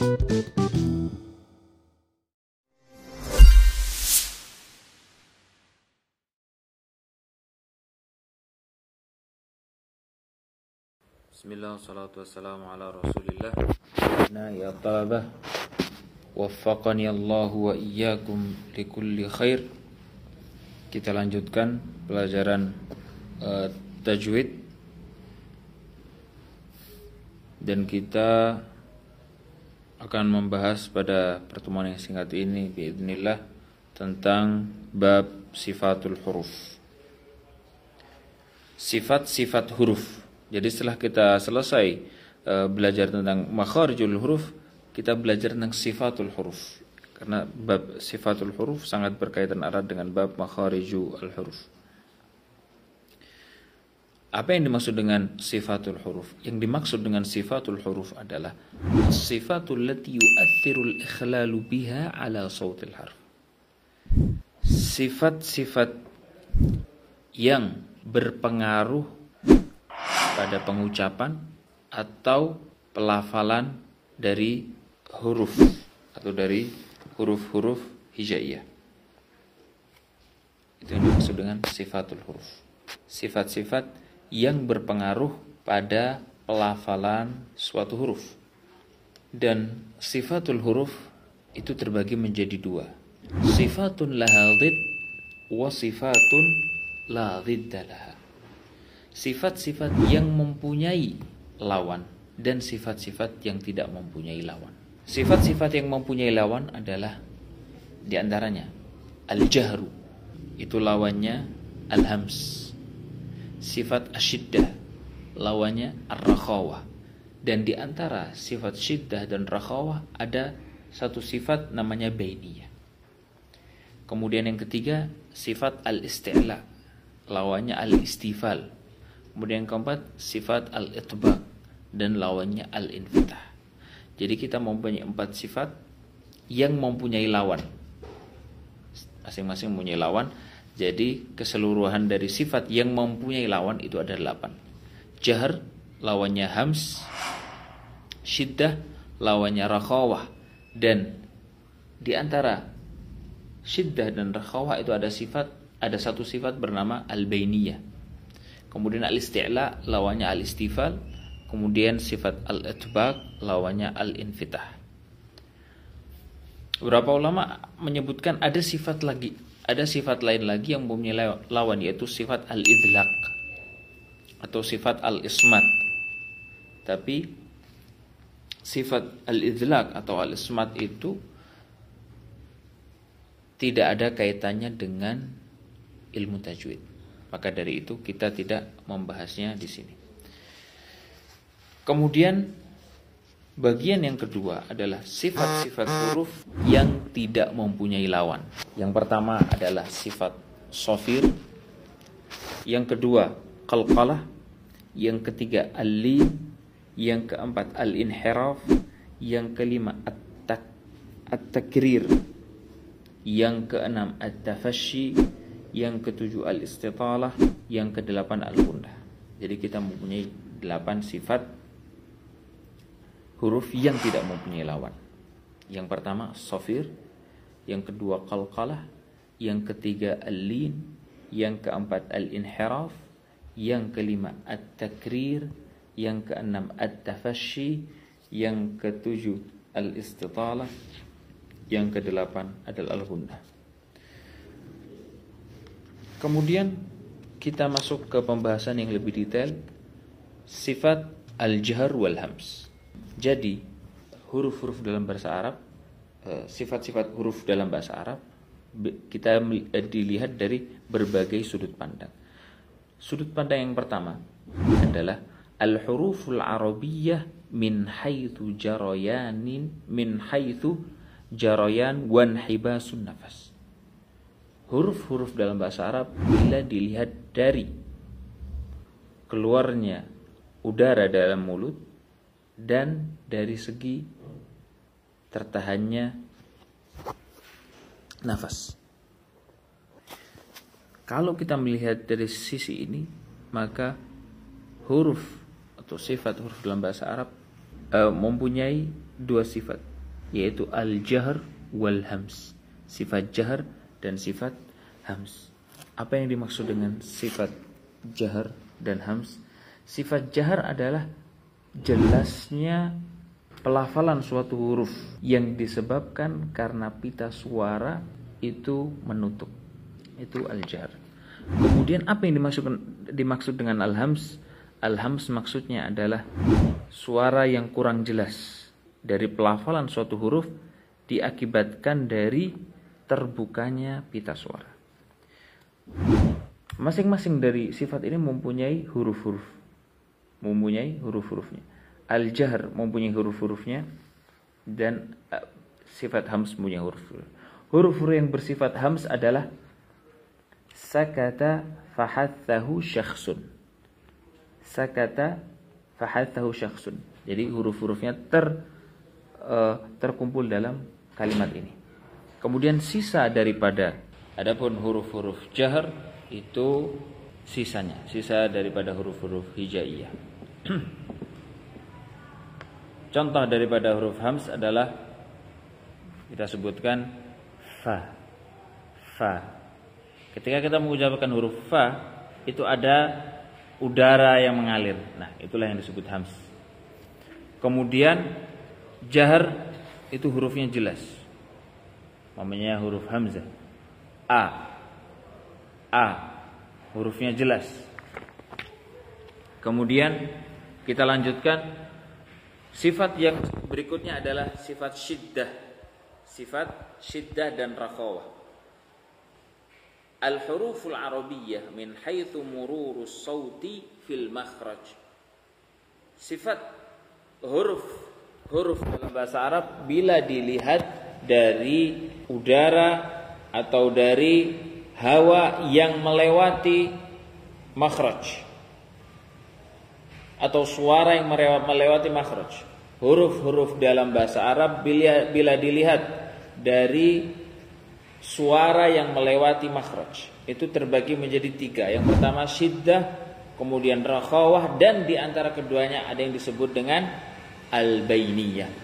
Bismillah, salatu wassalamu ala rasulillah. Nah ya talabah, waffaqani Allahu wa iyyakum likulli khair. Kita lanjutkan pelajaran tajwid. Dan kita akan membahas pada pertemuan yang singkat ini biidznillah tentang bab sifatul huruf. Sifat-sifat huruf. Jadi setelah kita selesai belajar tentang makharijul huruf, kita belajar tentang sifatul huruf. Karena bab sifatul huruf sangat berkaitan erat dengan bab makharijul huruf. Apa yang dimaksud dengan sifatul huruf? Yang dimaksud dengan sifatul huruf adalah sifatul lati yu'athirul ikhlalu biha ala sautil harf. Sifat-sifat yang berpengaruh pada pengucapan atau pelafalan dari huruf atau dari huruf-huruf hijaiyah. Itu yang dimaksud dengan sifatul huruf. Sifat-sifat yang berpengaruh pada pelafalan suatu huruf. Dan sifatul huruf itu terbagi menjadi dua. Sifatun laha dhid wa sifatun la dhidda laha. Sifat-sifat yang mempunyai lawan dan sifat-sifat yang tidak mempunyai lawan. Sifat-sifat yang mempunyai lawan adalah diantaranya al-jahru, itu lawannya al-hams. Sifat asyiddah, lawannya ar-rakhawah. Dan diantara sifat syiddah dan rakhawah ada satu sifat namanya bainiyah. Kemudian yang ketiga sifat al-isti'la, lawannya al-istifal. Kemudian yang keempat sifat al-itbaq dan lawannya al-infitah. Jadi kita mempunyai 4 sifat yang mempunyai lawan. Masing-masing mempunyai lawan. Jadi keseluruhan dari sifat yang mempunyai lawan itu ada 8. Jahr lawannya hams, syiddah lawannya rakhawah. Dan di antara syiddah dan rakhawah itu ada satu sifat bernama al-bainiyah. Kemudian al-isti'la lawannya al-istifal. Kemudian sifat al-itbaq lawannya al-infitah. Beberapa ulama menyebutkan ada sifat lain lagi yang mempunyai lawan, yaitu sifat al-idlaq atau sifat al-ismat. Tapi sifat al-idlaq atau al-ismat itu tidak ada kaitannya dengan ilmu tajwid. Maka dari itu kita tidak membahasnya di sini. Kemudian bagian yang kedua adalah sifat-sifat huruf yang tidak mempunyai lawan. Yang pertama adalah sifat shafir, yang kedua qalqalah, yang ketiga al-lin, yang keempat al-inhiraf, yang kelima at-takrir, yang keenam at-tafashi, yang ketujuh al-istitalah, yang kedelapan al-gundah. Jadi kita mempunyai 8 sifat huruf yang tidak mempunyai lawan. Yang pertama shafir, yang kedua qalqalah, yang ketiga al-lin, yang keempat al-inhiraf, yang kelima at-takrir, yang keenam at-tafashi, yang ketujuh al-istitalah, yang kedelapan adalah al-gundah. Kemudian kita masuk ke pembahasan yang lebih detail, sifat al-jahr wal hams. Jadi huruf-huruf dalam bahasa Arab, sifat-sifat huruf dalam bahasa Arab kita dilihat dari berbagai sudut pandang. Sudut pandang yang pertama adalah al-huruful arabiyyah min haitsu jarayan wan hibasun nafas. Huruf-huruf dalam bahasa Arab bila dilihat dari keluarnya udara dalam mulut dan dari segi tertahannya nafas. Kalau kita melihat dari sisi ini, maka huruf atau sifat huruf dalam bahasa Arab mempunyai dua sifat, yaitu al-jahr wal hams. Sifat jahr dan sifat hams. Apa yang dimaksud dengan sifat jahr dan hams? Sifat jahr adalah jelasnya pelafalan suatu huruf yang disebabkan karena pita suara itu menutup. Itu al-jahr. Kemudian apa yang dimaksud dengan al-hams? Al-hams maksudnya adalah suara yang kurang jelas dari pelafalan suatu huruf diakibatkan dari terbukanya pita suara. Masing-masing dari sifat ini mempunyai huruf-huruf. Mempunyai huruf-hurufnya. Al-jahr mempunyai huruf-hurufnya dan sifat hams mempunyai huruf-huruf. Huruf-huruf yang bersifat hams adalah sakata fahathahu syakhsun. Sakata fahathahu syakhsun. Jadi huruf-hurufnya terkumpul dalam kalimat ini. Kemudian sisa daripada, adapun huruf-huruf jahr itu sisanya, sisa daripada huruf-huruf hijaiyah. Contoh daripada huruf hams adalah kita sebutkan fa. Ketika kita mengucapkan huruf fa, itu ada udara yang mengalir. Nah, itulah yang disebut hams. Kemudian jahr itu hurufnya jelas. Namanya huruf hamzah. A hurufnya jelas. Kemudian kita lanjutkan, sifat yang berikutnya adalah sifat syiddah. Sifat syiddah dan rakhawah. Al-huruful arabiyyah min haitsu mururus sauti fil makhraj. Sifat huruf dalam bahasa Arab bila dilihat dari udara atau dari hawa yang melewati makhraj atau suara yang melewati makhraj. Huruf-huruf dalam bahasa Arab bila dilihat dari suara yang melewati makhraj itu terbagi menjadi 3. Yang pertama syiddah, kemudian rakhawah, dan di antara keduanya ada yang disebut dengan al-bainiyah.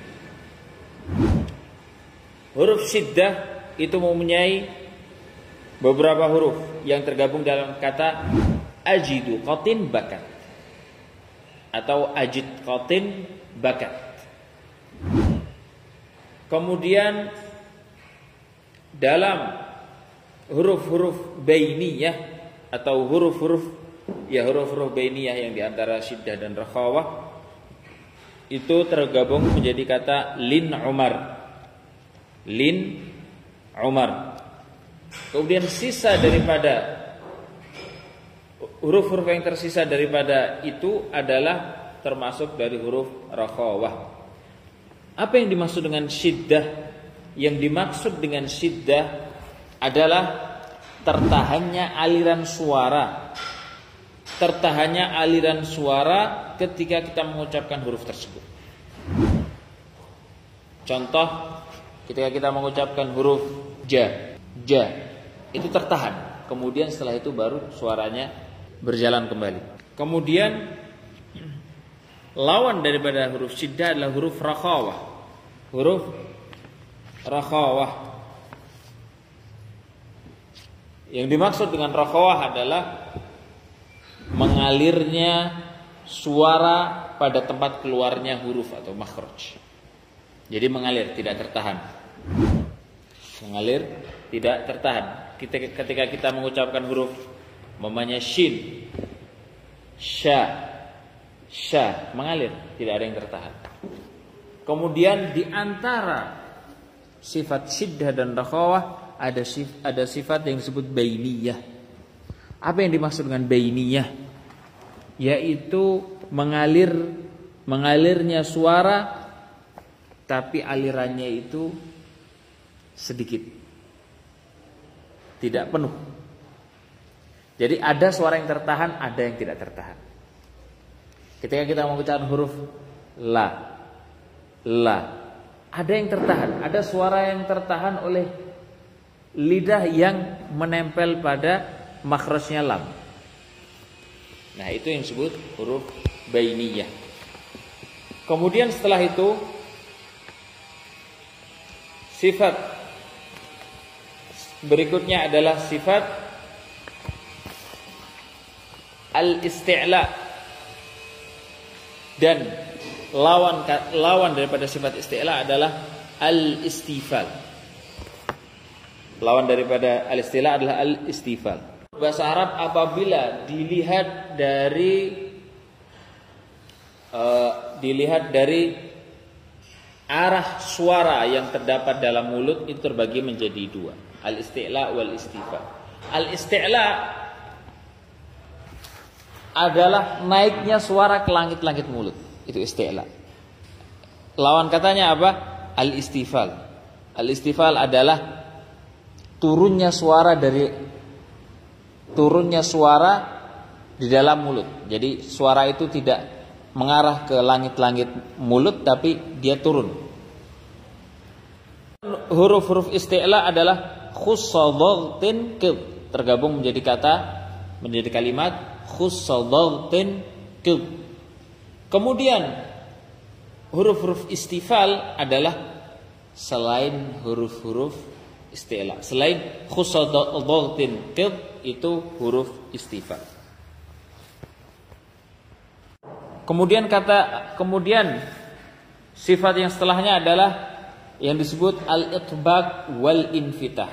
Huruf syiddah itu mempunyai beberapa huruf yang tergabung dalam kata ajidu qatin bakat atau ajid qatin bakat. Kemudian dalam huruf-huruf bainiyah atau huruf-huruf bainiyah yang diantara syiddah dan rakhawah itu tergabung menjadi kata lin Umar. Kemudian sisa daripada huruf-huruf yang tersisa daripada itu adalah termasuk dari huruf rakhawah. Apa yang dimaksud dengan syiddah? Yang dimaksud dengan syiddah adalah tertahannya aliran suara. Tertahannya aliran suara ketika kita mengucapkan huruf tersebut. Contoh, ketika kita mengucapkan huruf ja itu tertahan. Kemudian setelah itu baru suaranya berjalan kembali. Kemudian lawan daripada huruf syiddah adalah huruf rakhawah. Huruf rakhawah. Yang dimaksud dengan rakhawah adalah mengalirnya suara pada tempat keluarnya huruf atau makhraj. Jadi mengalir, tidak tertahan. Mengalir, tidak tertahan. Ketika kita mengucapkan huruf mamanya shin, sya, mengalir, tidak ada yang tertahan. Kemudian di antara sifat syiddah dan rakhawah ada sifat yang disebut bainiyah. Apa yang dimaksud dengan bainiyah? Yaitu mengalirnya suara tapi alirannya itu sedikit, tidak penuh. Jadi ada suara yang tertahan, ada yang tidak tertahan. Ketika kita mengucapkan huruf la, ada yang tertahan, ada suara yang tertahan oleh lidah yang menempel pada makhrajnya lam. Nah, itu yang disebut huruf bainiyah. Kemudian setelah itu Sifat berikutnya adalah sifat al-isti'la, dan lawan daripada sifat isti'la adalah al-istifal. Lawan daripada al-isti'la adalah al-istifal. Bahasa Arab apabila dilihat dari arah suara yang terdapat dalam mulut itu terbagi menjadi dua, al-isti'la wal istifal. Al-isti'la adalah naiknya suara ke langit-langit mulut, itu isti'la. Lawan katanya apa? Al-istifal. Al-istifal adalah turunnya suara di dalam mulut. Jadi suara itu tidak mengarah ke langit-langit mulut, tapi dia turun. Huruf-huruf isti'la adalah khussadhatin qid, tergabung menjadi kalimat khussadhatin qid. Kemudian huruf-huruf istifal adalah selain huruf-huruf isti'la. Selain khussadhatin qid itu huruf istifal. Kemudian sifat yang setelahnya adalah yang disebut al-itbaq wal infitah.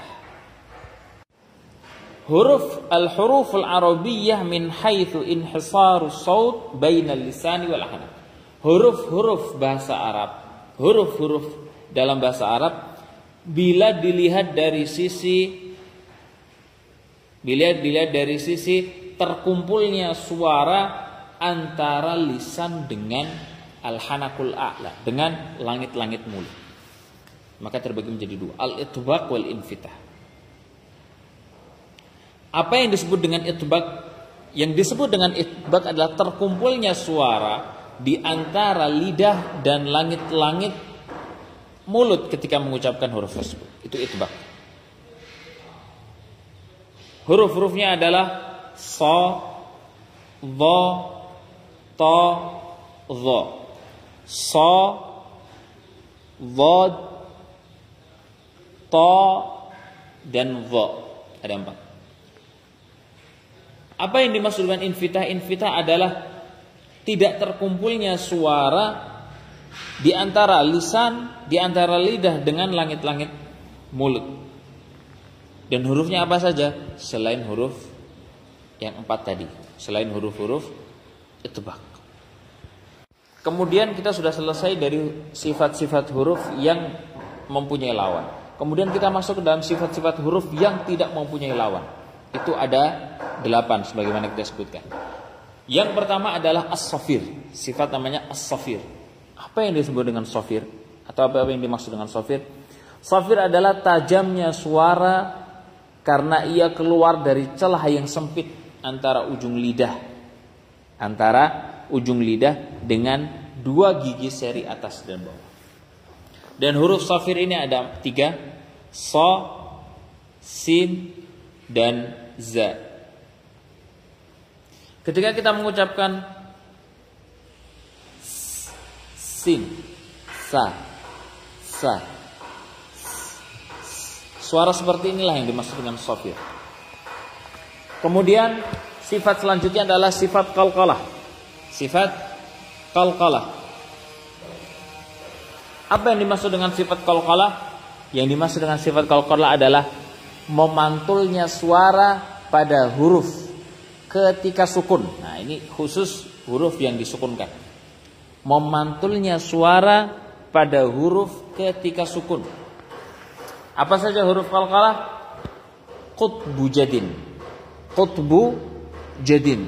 Al-huruf al-arabiyyah min haitsu inhisaru shaut bainal lisani wal hanaq. Huruf-huruf bahasa Arab, huruf-huruf dalam bahasa Arab bila dilihat dari sisi terkumpulnya suara antara lisan dengan al-hanakul a'la, dengan langit-langit mulut, maka terbagi menjadi dua, al-itbaq wal infitah. Apa yang disebut dengan itbaq? Yang disebut dengan itbaq adalah terkumpulnya suara di antara lidah dan langit-langit mulut ketika mengucapkan huruf tersebut. Itu itbaq. Huruf-hurufnya adalah sa, dha, ta, dha. Sa, dhad, ta, dan dha. Ada 4. Apa yang dimaksud dengan infitah? Infitah adalah tidak terkumpulnya suara di antara lisan, di antara lidah dengan langit-langit mulut. Dan hurufnya apa saja? Selain huruf yang 4 tadi, selain huruf-huruf itbaq. Kemudian kita sudah selesai dari sifat-sifat huruf yang mempunyai lawan. Kemudian kita masuk ke dalam sifat-sifat huruf yang tidak mempunyai lawan. Itu ada 8 sebagaimana kita sebutkan. Yang pertama adalah as-safir. Sifat namanya as-safir. Apa yang disebut dengan safir? Atau apa yang dimaksud dengan safir? Safir adalah tajamnya suara karena ia keluar dari celah yang sempit antara ujung lidah dengan 2 gigi seri atas dan bawah. Dan huruf safir ini ada 3, sa, sin, dan za. Ketika kita mengucapkan sin, sa, suara seperti inilah yang dimaksud dengan safir. Kemudian sifat selanjutnya adalah sifat qalqalah. Sifat qalqalah. Apa yang dimaksud dengan sifat qalqalah? Yang dimaksud dengan sifat qalqalah adalah memantulnya suara pada huruf ketika sukun. Nah, ini khusus huruf yang disukunkan. Memantulnya suara pada huruf ketika sukun. Apa saja huruf qalqalah? Qutbu jadin. Qutbu jadin.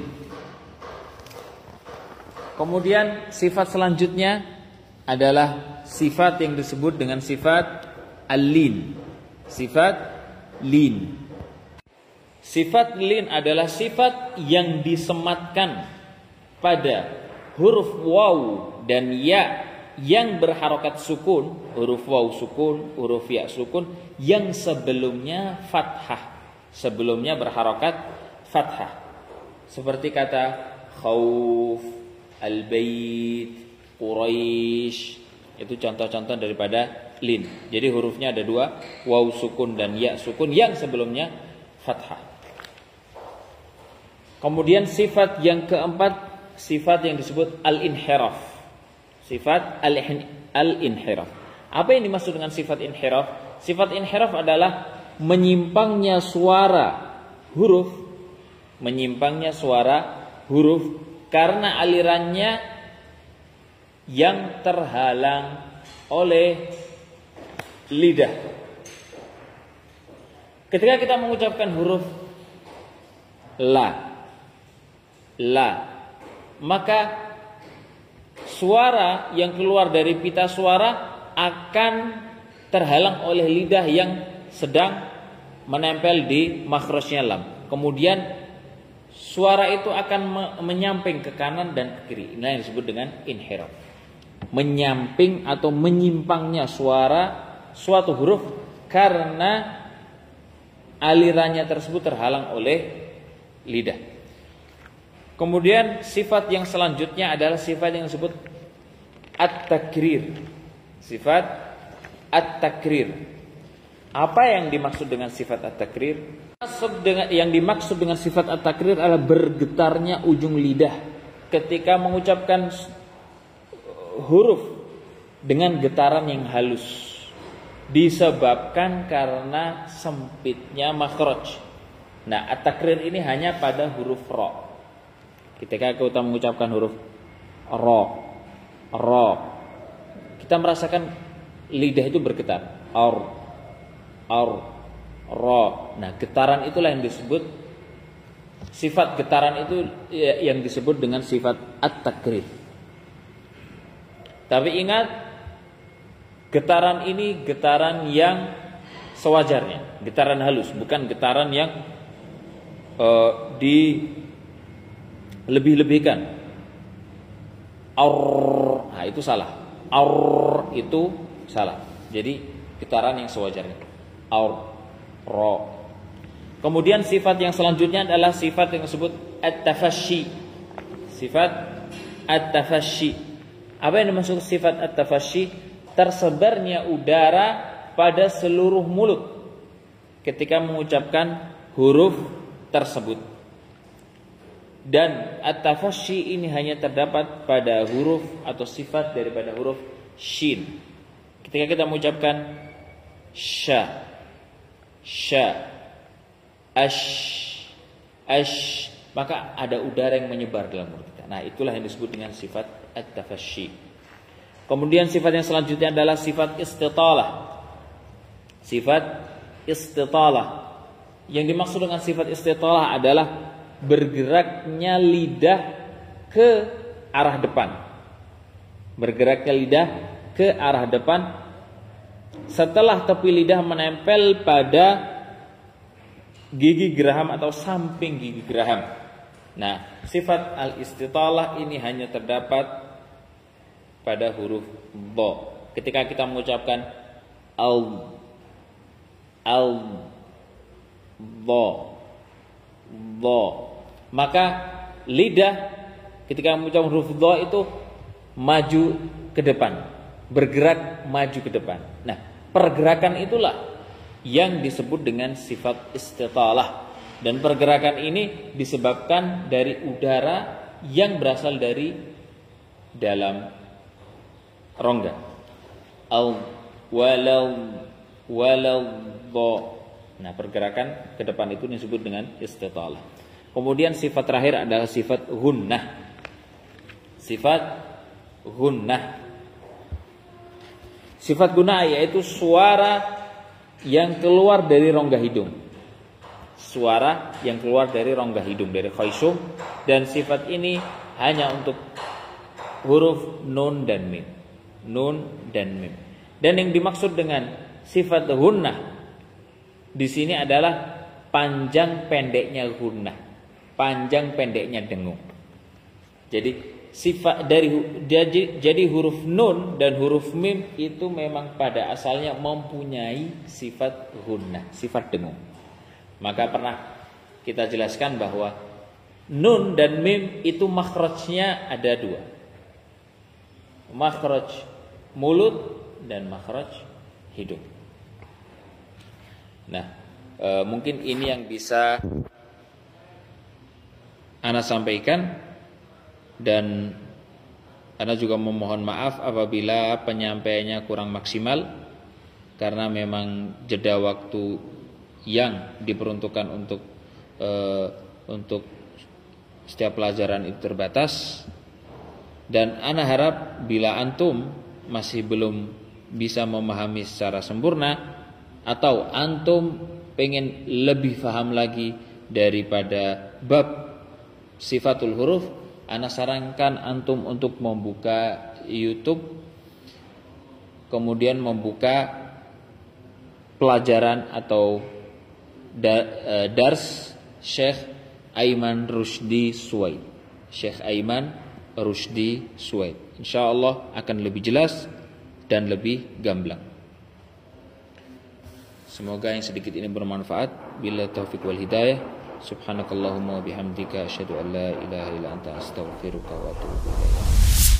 Kemudian sifat selanjutnya adalah sifat yang disebut dengan sifat al-lin. Sifat lin. Sifat lin adalah sifat yang disematkan pada huruf waw dan ya yang berharokat sukun, huruf waw sukun, huruf ya sukun, yang sebelumnya fathah, sebelumnya berharokat fathah. Seperti kata khauf, al-bait, Quraisy, Itu contoh-contoh daripada lin. Jadi hurufnya ada dua, waw sukun dan ya sukun yang sebelumnya fathah. Kemudian sifat yang keempat, sifat yang disebut al-inhiraf. Sifat al-inhiraf. Apa yang dimaksud dengan sifat inhiraf? Sifat inhiraf adalah menyimpangnya suara huruf, karena alirannya yang terhalang oleh lidah. Ketika kita mengucapkan huruf la, maka suara yang keluar dari pita suara akan terhalang oleh lidah yang sedang menempel di makhrajnya lam. Kemudian suara itu akan menyamping ke kanan dan ke kiri. Inilah yang disebut dengan inhiraf. Menyamping atau menyimpangnya suatu huruf karena alirannya tersebut terhalang oleh lidah. Kemudian sifat yang selanjutnya adalah sifat yang disebut at-takrir. Sifat at-takrir. Apa yang dimaksud dengan sifat at-takrir? Yang dimaksud dengan sifat at-takrir adalah bergetarnya ujung lidah ketika mengucapkan huruf dengan getaran yang halus, disebabkan karena sempitnya makhraj. Nah, at-takrir ini hanya pada huruf ra. Ketika kita mengucapkan huruf ra, kita merasakan lidah itu bergetar. Ra. Nah, getaran itulah yang disebut, sifat getaran itu yang disebut dengan sifat at-takrir. Tapi ingat, getaran ini getaran yang sewajarnya, getaran halus, bukan getaran yang dilebih-lebihkan. Nah, itu salah. Itu salah. Jadi getaran yang sewajarnya. Ra. Kemudian sifat yang selanjutnya adalah sifat yang disebut at-tafasyi. Sifat at-tafasyi. Apa yang dimaksud sifat at-tafasyi? Tersebarnya udara pada seluruh mulut ketika mengucapkan huruf tersebut. Dan at-tafasyi ini hanya terdapat pada huruf atau sifat daripada huruf shin. Ketika kita mengucapkan sya, ash, maka ada udara yang menyebar dalam mulut kita. Nah, itulah yang disebut dengan sifat at-tafasyi. Kemudian sifat yang selanjutnya adalah sifat istitalah. Sifat istitalah. Yang dimaksud dengan sifat istitalah adalah bergeraknya lidah ke arah depan. Bergeraknya lidah ke arah depan setelah tepi lidah menempel pada gigi geraham atau samping gigi geraham. Nah, sifat al-istitalah ini hanya terdapat pada huruf dha. Ketika kita mengucapkan dha, maka lidah ketika mengucapkan huruf dha itu maju ke depan, bergerak maju ke depan. Nah, pergerakan itulah yang disebut dengan sifat istitalah. Dan pergerakan ini disebabkan dari udara yang berasal dari dalam rongga. Nah, pergerakan ke depan itu disebut dengan istitalah. Kemudian sifat terakhir adalah sifat gunnah. Sifat gunnah. Sifat gunnah yaitu suara yang keluar dari rongga hidung. Suara yang keluar dari rongga hidung, dari khaysum. Dan sifat ini hanya untuk huruf nun dan mim. Nun dan mim. Dan yang dimaksud dengan sifat gunnah di sini adalah panjang pendeknya gunnah, panjang pendeknya dengung. Jadi sifat jadi huruf nun dan huruf mim itu memang pada asalnya mempunyai sifat gunnah, sifat dengung. Maka pernah kita jelaskan bahwa nun dan mim itu makhrajnya ada dua. Makhraj mulut dan makhraj hidung. Nah, mungkin ini yang bisa Ana sampaikan, dan Ana juga memohon maaf apabila penyampaiannya kurang maksimal, karena memang jeda waktu yang diperuntukkan untuk setiap pelajaran itu terbatas. Dan Ana harap bila antum masih belum bisa memahami secara sempurna, atau antum pengen lebih paham lagi daripada bab sifatul huruf, Ana sarankan antum untuk membuka YouTube, kemudian membuka pelajaran atau dars Syekh Aiman Rushdi Suwaid. Syekh Aiman Rushdi Suwaid. Insyaallah akan lebih jelas dan lebih gamblang. Semoga yang sedikit ini bermanfaat. Bila taufik wal hidayah. Subhanakallahumma wa bihamdika asyhadu an la ilaha illa anta astaghfiruka wa atubu ilaik.